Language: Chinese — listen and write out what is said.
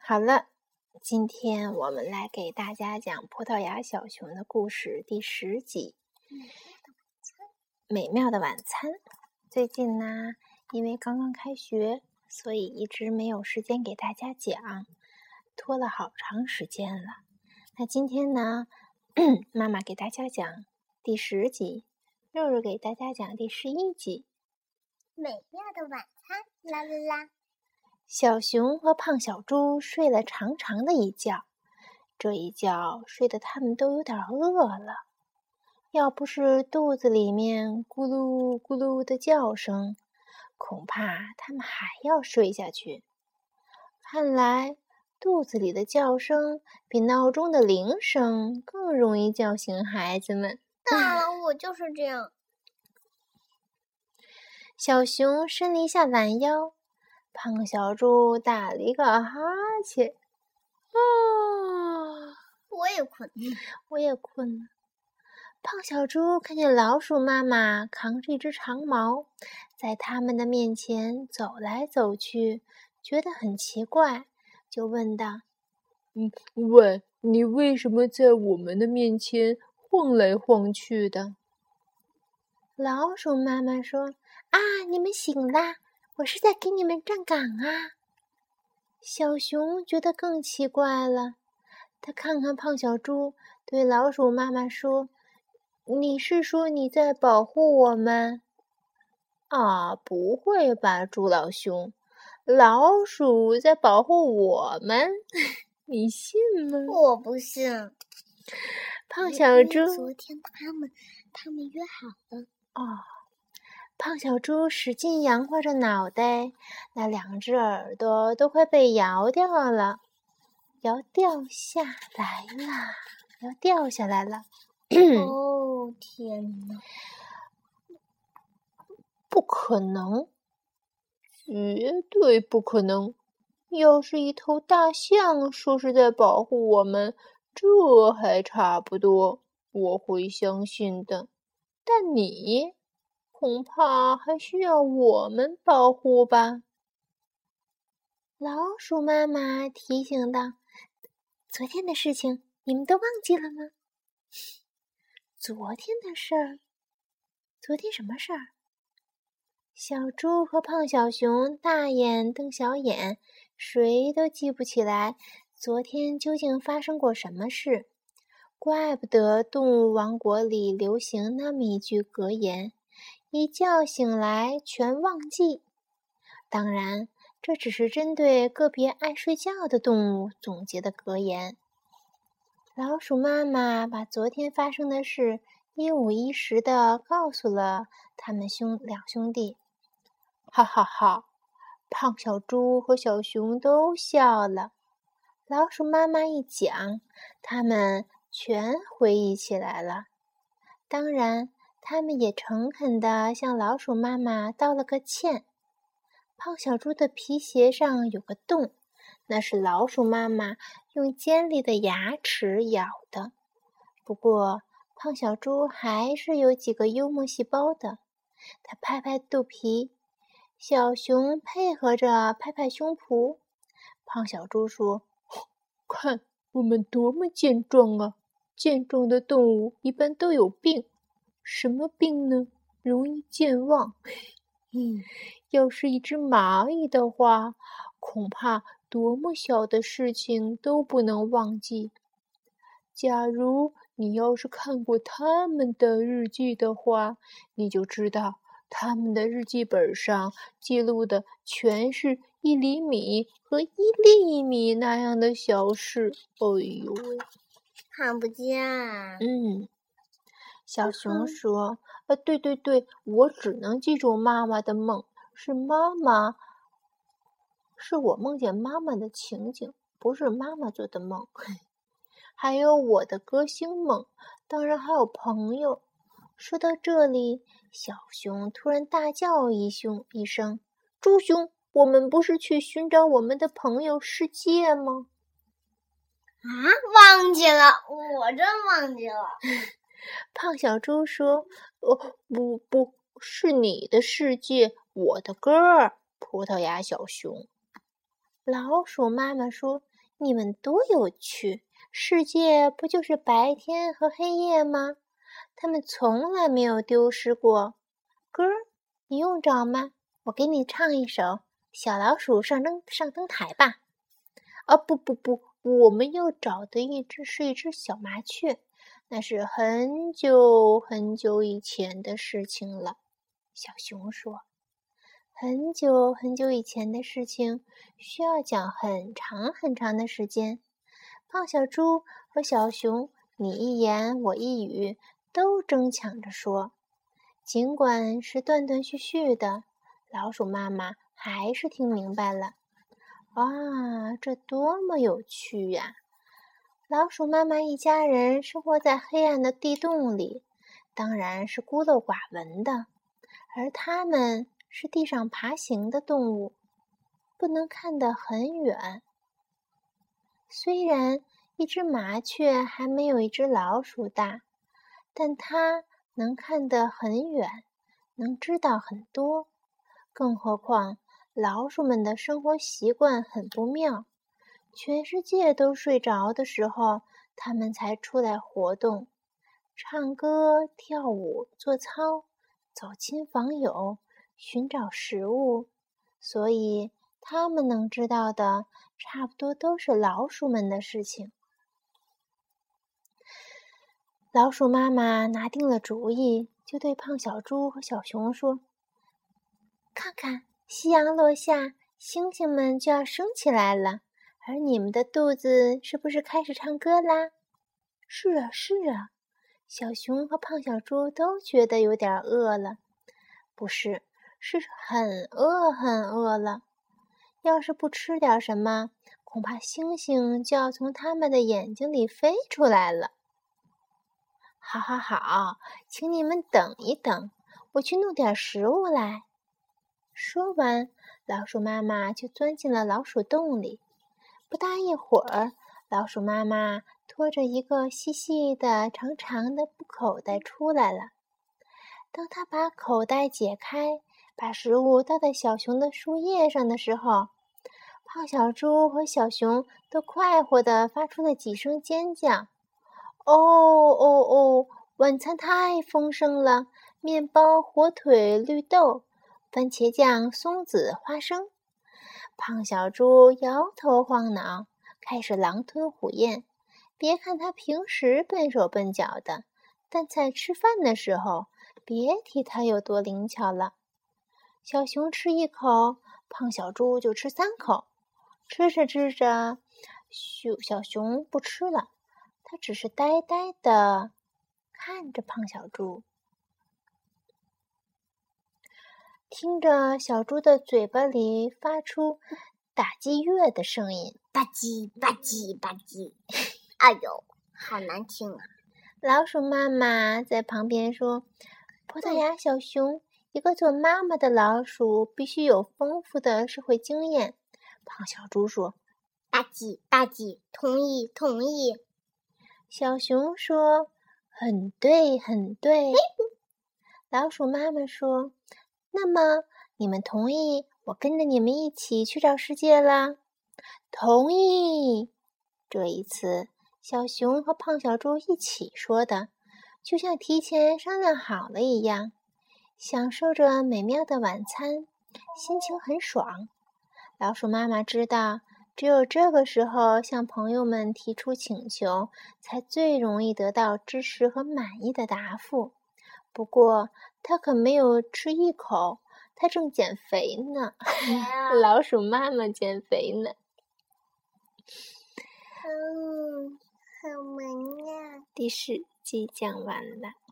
好了，今天我们来给大家讲葡萄牙小熊的故事第10集。美妙的晚餐。最近呢，因为刚刚开学，所以一直没有时间给大家讲，拖了好长时间了。那今天呢，妈妈给大家讲第10集，肉肉给大家讲第11集。 美妙的晚餐，啦啦啦！ 小熊和胖小猪睡了长长的一觉，这一觉睡得他们都有点饿了。要不是肚子里面咕噜咕噜的叫声，恐怕他们还要睡下去。看来肚子里的叫声比闹钟的铃声更容易叫醒孩子们。 当然了，我就是这样。 小熊伸了一下懒腰，胖小猪打了一个哈欠。 我也困， 我也困了。胖小猪看见老鼠妈妈扛着一只长矛，在他们的面前走来走去，觉得很奇怪，就问道：“喂，你为什么在我们的面前晃来晃去的？”老鼠妈妈说：“啊，你们醒啦，我是在给你们站岗啊。”小熊觉得更奇怪了，他看看胖小猪，对老鼠妈妈说：“你是说你在保护我们？”啊，不会吧，猪老兄，老鼠在保护我们，你信吗？ 我不信。 胖小猪， 昨天他们约好了。 胖小猪使劲扬晃着脑袋，那2只耳朵都快被摇掉了，要掉下来了。 哦，天哪！ 不可能，绝对不可能！要是一头大象说是在保护我们，这还差不多，我会相信的。但你恐怕还需要我们保护吧？老鼠妈妈提醒道：“昨天的事情你们都忘记了吗？”昨天的事儿？昨天什么事儿？小猪和胖小熊大眼瞪小眼，谁都记不起来昨天究竟发生过什么事。怪不得动物王国里流行那么一句格言：一觉醒来全忘记。当然，这只是针对个别爱睡觉的动物总结的格言。老鼠妈妈把昨天发生的事一五一十地告诉了他们两兄弟。哈哈哈！胖小猪和小熊都笑了。老鼠妈妈一讲，他们全回忆起来了。当然，他们也诚恳地向老鼠妈妈道了个歉。胖小猪的皮鞋上有个洞，那是老鼠妈妈用尖利的牙齿咬的。不过，胖小猪还是有几个幽默细胞的。他拍拍肚皮，小熊配合着拍拍胸脯。胖小猪说：“看我们多么健壮啊！健壮的动物一般都有病，什么病呢？容易健忘。要是一只蚂蚁的话，恐怕多么小的事情都不能忘记。假如你要是看过他们的日记的话，你就知道他们的日记本上记录的全是1厘米和1厘米那样的小事。哎呦喂， 看不见。 小熊说：“对，我只能记住妈妈的梦，是我梦见妈妈的情景，不是妈妈做的梦。还有我的歌星梦，当然还有朋友。”说到这里，小熊突然大叫一声：“猪熊，我们不是去寻找我们的朋友世界吗？” 忘记了，我真忘记了。 胖小猪说：“不是你的世界，我的歌儿。”葡萄牙小熊。老鼠妈妈说：“ 你们多有趣！世界不就是白天和黑夜吗？它们从来没有丢失过。歌儿，你用着吗？我给你唱一首《小老鼠上灯台》吧。不，我们要找的是一只小麻雀，那是很久很久以前的事情了。小熊说。很久很久以前的事情，需要讲很长很长的时间。胖小猪和小熊，你一言我一语，都争抢着说。尽管是断断续续的，老鼠妈妈还是听明白了。啊，这多么有趣呀！老鼠妈妈一家人生活在黑暗的地洞里，当然是孤陋寡闻的，而它们是地上爬行的动物，不能看得很远。虽然一只麻雀还没有一只老鼠大，但它能看得很远，能知道很多。更何况，老鼠们的生活习惯很不妙，全世界都睡着的时候，它们才出来活动，唱歌、跳舞、做操，走亲访友，寻找食物。所以，它们能知道的，差不多都是老鼠们的事情。老鼠妈妈拿定了主意，就对胖小猪和小熊说：“看看，夕阳落下，星星们就要升起来了，而你们的肚子是不是开始唱歌啦？”“是啊，是啊。”小熊和胖小猪都觉得有点饿了。不是，是很饿很饿了。要是不吃点什么，恐怕星星就要从他们的眼睛里飞出来了。好，请你们等一等，我去弄点食物来。说完，老鼠妈妈就钻进了老鼠洞里。不大一会儿，老鼠妈妈拖着一个细细的、长长的布口袋出来了。当她把口袋解开，把食物倒在小熊的树叶上的时候，胖小猪和小熊都快活地发出了几声尖叫。哦！晚餐太丰盛了，面包、火腿、绿豆、番茄酱、松子、花生。胖小猪摇头晃脑，开始狼吞虎咽。别看他平时笨手笨脚的，但在吃饭的时候，别提他有多灵巧了。小熊吃一口，胖小猪就吃3口。吃着，小熊不吃了，他只是呆呆地看着胖小猪，听着小猪的嘴巴里发出打击乐的声音， 吧唧吧唧吧唧，哎呦，好难听啊！ 老鼠妈妈在旁边说：“葡萄牙小熊，一个做妈妈的老鼠必须有丰富的社会经验。”胖小猪说：“ 吧唧吧唧，同意。” 小熊说：“很对。”老鼠妈妈说：“那么，你们同意我跟着你们一起去找世界啦？”“同意。”这一次，小熊和胖小猪一起说的，就像提前商量好了一样，享受着美妙的晚餐，心情很爽。老鼠妈妈知道，只有这个时候向朋友们提出请求，才最容易得到支持和满意的答复。不过，她可没有吃一口，她正减肥呢。老鼠妈妈减肥呢。 好萌呀！ 第4集讲完了。